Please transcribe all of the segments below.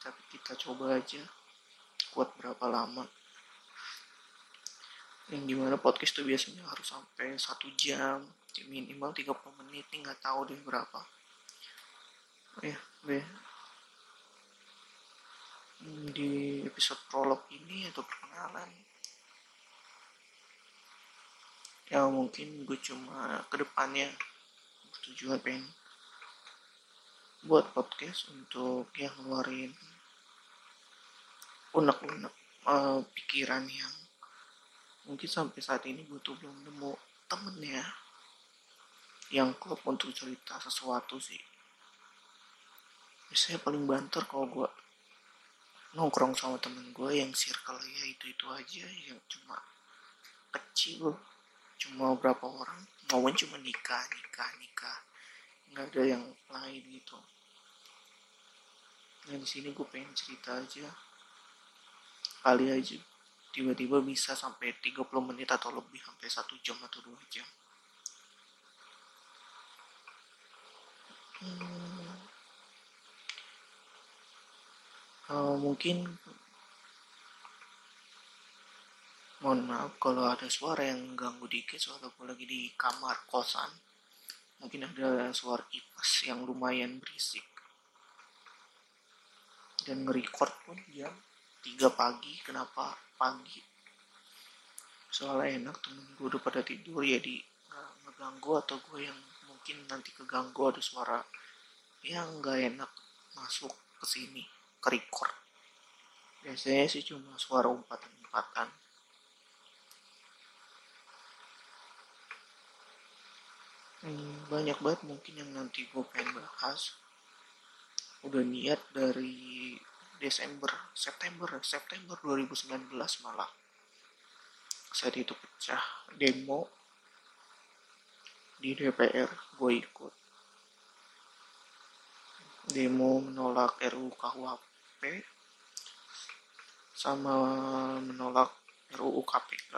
tapi kita coba aja kuat berapa lama. Yang dimana podcast tuh biasanya harus sampai 1 jam, minimal 30 menit nih, nggak tahu deh berapa. Di episode prolog ini atau perkenalan, ya mungkin gue cuma kedepannya tujuan pengen buat podcast untuk yang ngeluarin unek-unek pikiran yang mungkin sampai saat ini gue tuh belum nemu temennya yang klop untuk cerita sesuatu sih. Biasanya paling banter kalau gue nongkrong sama temen gue yang circle ya itu aja, yang cuma kecil, cuma berapa orang, ngomong cuma nikah, nggak ada yang lain gitu. Nah di sini gue pengen cerita aja, kali aja tiba-tiba bisa sampai 30 menit atau lebih, sampai 1 jam atau 2 jam. Mungkin mohon maaf kalau ada suara yang ganggu dikit, soalnya gue lagi di kamar kosan. Mungkin ada suara kipas yang lumayan berisik. Dan nge-record pun jam 3 pagi. Kenapa pagi? Soalnya enak, temen gue udah pada tidur, jadi gak ngeganggu, atau gue yang mungkin nanti keganggu ada suara yang gak enak masuk ke sini, ke record. Biasanya sih cuma suara umpatan-umpatan. Banyak banget mungkin yang nanti gue pengen bahas. Udah niat dari September 2019 malah. Saat itu pecah demo di DPR, gue ikut. Demo menolak RUU KUHP sama menolak RUU KPK,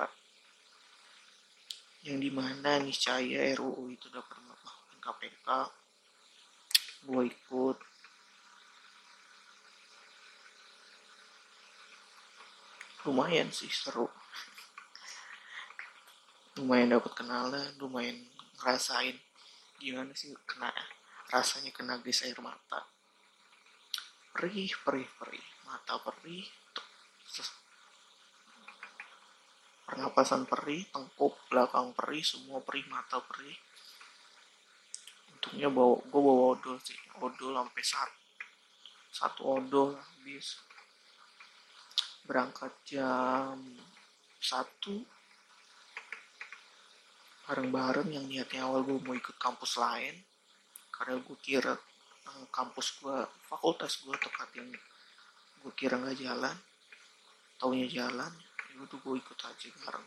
yang dimana niscaya RUU itu dapat melemahkan KPK. Gue ikut. Lumayan sih seru, lumayan dapat kenalan, lumayan ngerasain gimana sih rasanya kena gas air mata. Perih, mata perih, pernapasan perih, tengkuk belakang perih, semua perih, mata perih. Untungnya gue bawa odol sih, odol sampai satu odol habis. Berangkat jam 1 bareng-bareng, yang niatnya awal gue mau ikut kampus lain, karena gue kira kampus gue, fakultas gue tepat, yang gue kira nggak jalan, taunya jalan. Ya udah gue ikut aja bareng.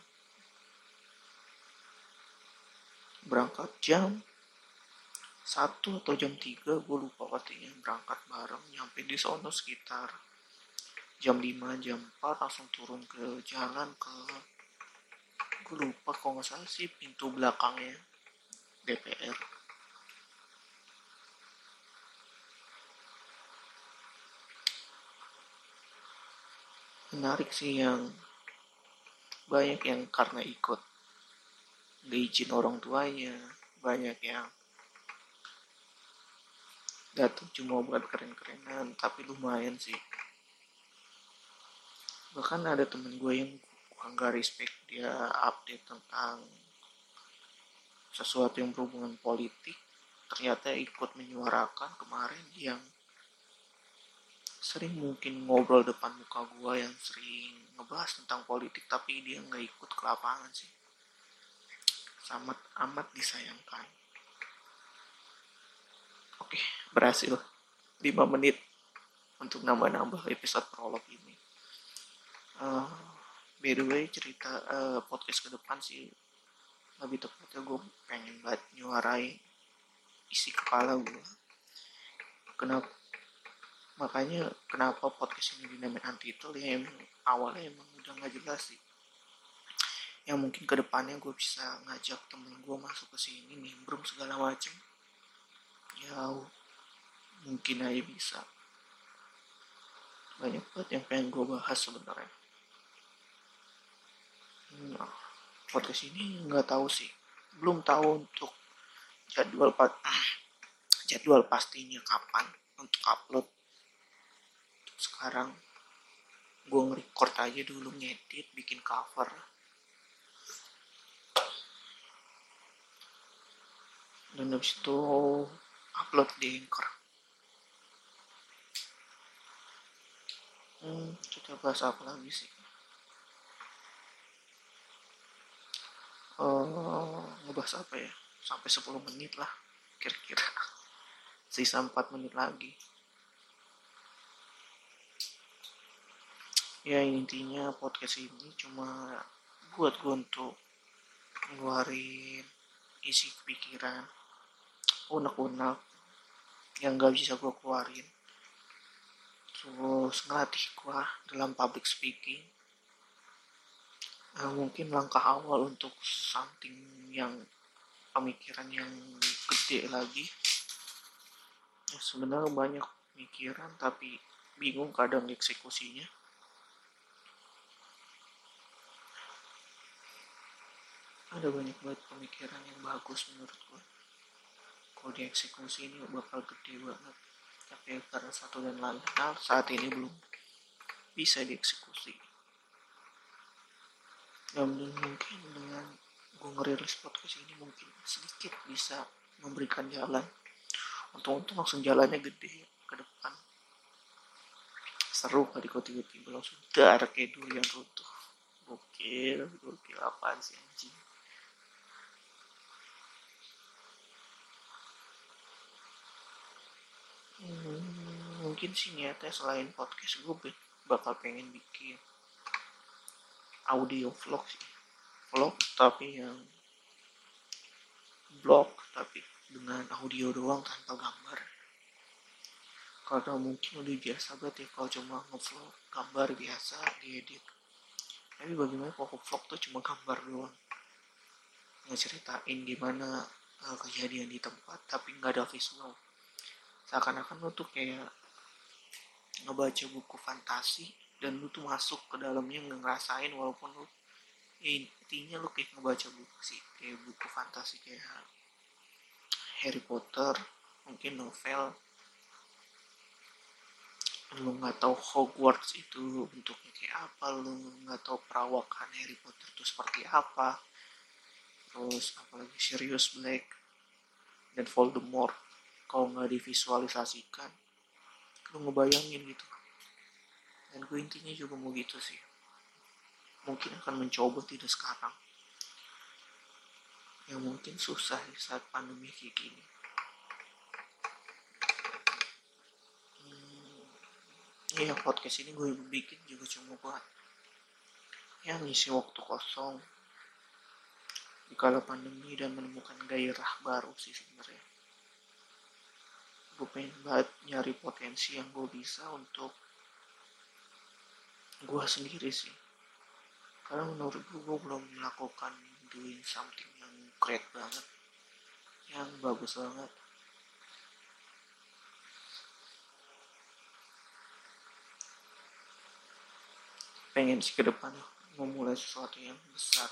Berangkat jam 1 atau jam 3, gue lupa pastinya. Berangkat bareng, nyampe di sono sekitar jam 5, jam 4 langsung turun ke jalan, ke gue lupa, kalau nggak salah sih pintu belakangnya DPR. Menarik sih, yang banyak yang karena ikut gak izin orang tuanya, banyak yang datang cuma buat keren-kerenan, tapi lumayan sih. Bahkan ada temen gue yang gak respect, dia update tentang sesuatu yang berhubungan politik, ternyata ikut menyuarakan kemarin, yang sering mungkin ngobrol depan muka gue, yang sering ngebahas tentang politik, tapi dia gak ikut ke lapangan sih. Sangat amat disayangkan. Oke, berhasil 5 menit untuk nambah-nambah episode prolog ini. By the way, cerita podcast ke depan sih, lebih tepatnya gue pengen banget nyuarai isi kepala gue. Kenapa podcast ini dinamain Untitled, ya emang awalnya emang udah gak jelas sih. Yang mungkin kedepannya gue bisa ngajak temen gue masuk ke sini, nimbrung segala macem. Ya mungkin aja bisa. banyak banget yang pengen gue bahas sebenarnya. Nah, podcast ini nggak tahu sih, belum tahu untuk jadwal jadwal pastinya kapan untuk upload. Sekarang gue nge-record aja dulu, ngedit, bikin cover, dan habis itu upload di Anchor. Kita bahas apa lagi sih? Ngebahas apa ya? Sampai 10 menit lah kira-kira. Sisa 4 menit lagi. Ya intinya podcast ini cuma buat gue untuk ngeluarin isi pikiran, unek-unek yang gak bisa gue keluarin. Terus ngelatih gue dalam public speaking. Mungkin langkah awal untuk something yang pemikiran yang gede lagi. Ya, sebenarnya banyak pemikiran tapi bingung kadang eksekusinya. Ada banyak banget pemikiran yang bagus menurut gue. Kalau dieksekusi ini bakal gede banget. Tapi karena satu dan lain hal saat ini belum bisa dieksekusi. Dan mungkin dengan gue ngerilis podcast ini mungkin sedikit bisa memberikan jalan. Untung-untung langsung jalannya gede ke depan. Seru kali kok tiba-tiba langsung dar kayak dulu yang runtuh. Gokil apaan sih anjing. Mungkin sih niatnya selain podcast gue bakal pengen bikin audio vlog sih. Vlog tapi yang blog tapi dengan audio doang tanpa gambar. Karena mungkin udah biasa banget ya kalau cuma nge-vlog gambar biasa diedit. Tapi bagaimana kalau vlog tuh cuma gambar doang, ngeceritain gimana kejadian di tempat tapi nggak ada visual. Seakan-akan lo tuh kayak ngebaca buku fantasi dan lu tuh masuk ke dalamnya ngerasain, walaupun lu intinya lu kayak ngebaca buku sih, kayak buku fantasi kayak Harry Potter, mungkin novel. Lu nggak tahu Hogwarts itu bentuknya kayak apa, lu nggak tahu perawakan Harry Potter itu seperti apa, terus apalagi Sirius Black dan Voldemort kalau nggak divisualisasikan lu ngebayangin gitu. Dan gue intinya juga mau gitu sih, mungkin akan mencoba tidak sekarang, yang mungkin susah di saat pandemi kayak gini. Iya, podcast ini gue bikin juga cuma buat yang ngisi waktu kosong di kala pandemi dan menemukan gairah baru sih sebenarnya. Gue pengen banget nyari potensi yang gue bisa untuk gue sendiri sih. Karena menurut gue belum melakukan doing something yang great banget, yang bagus banget. Pengen sih ke depan memulai sesuatu yang besar.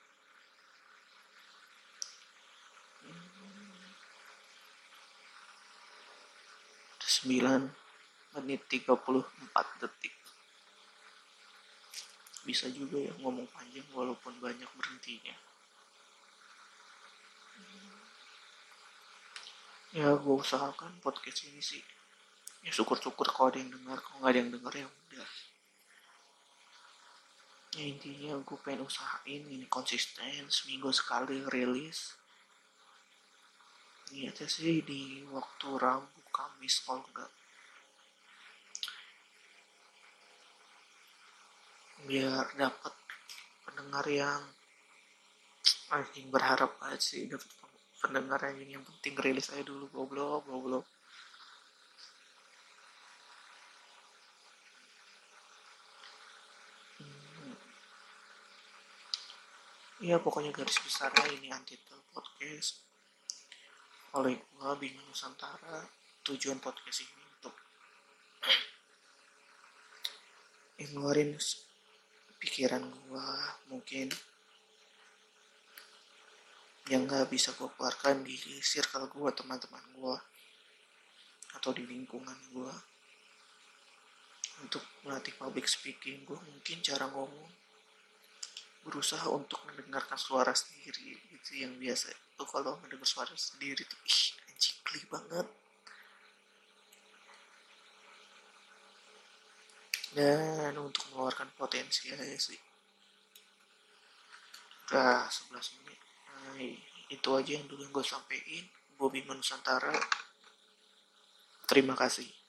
9 menit 34 detik. Bisa juga ya ngomong panjang walaupun banyak berhentinya. Ya gue usahakan podcast ini sih, ya syukur-syukur kalau ada yang dengar, kalau nggak ada yang dengar ya udah. Ya intinya gue pengen usahain ini konsisten, seminggu sekali rilis. Niatnya sih di waktu Rabu Kamis kalau enggak, biar dapat pendengar yang anjing, berharap aja sih dapat pendengar yang penting rilis aja dulu, goblok. Ya pokoknya garis besarnya ini Untitled Podcast oleh gua Bima Nusantara. Tujuan podcast ini untuk ngeluarin pikiran gue mungkin yang gak bisa gue keluarkan di circle gue, teman-teman gue, atau di lingkungan gue. Untuk melatih public speaking gue mungkin cara ngomong, berusaha untuk mendengarkan suara sendiri gitu. Yang biasa itu kalau mendengar suara sendiri tuh anjing geli banget. Dan untuk mengeluarkan potensi aja sih. Udah 11 menit. Nah, itu aja yang dulu gue sampein. Bobby Nusantara. Terima kasih.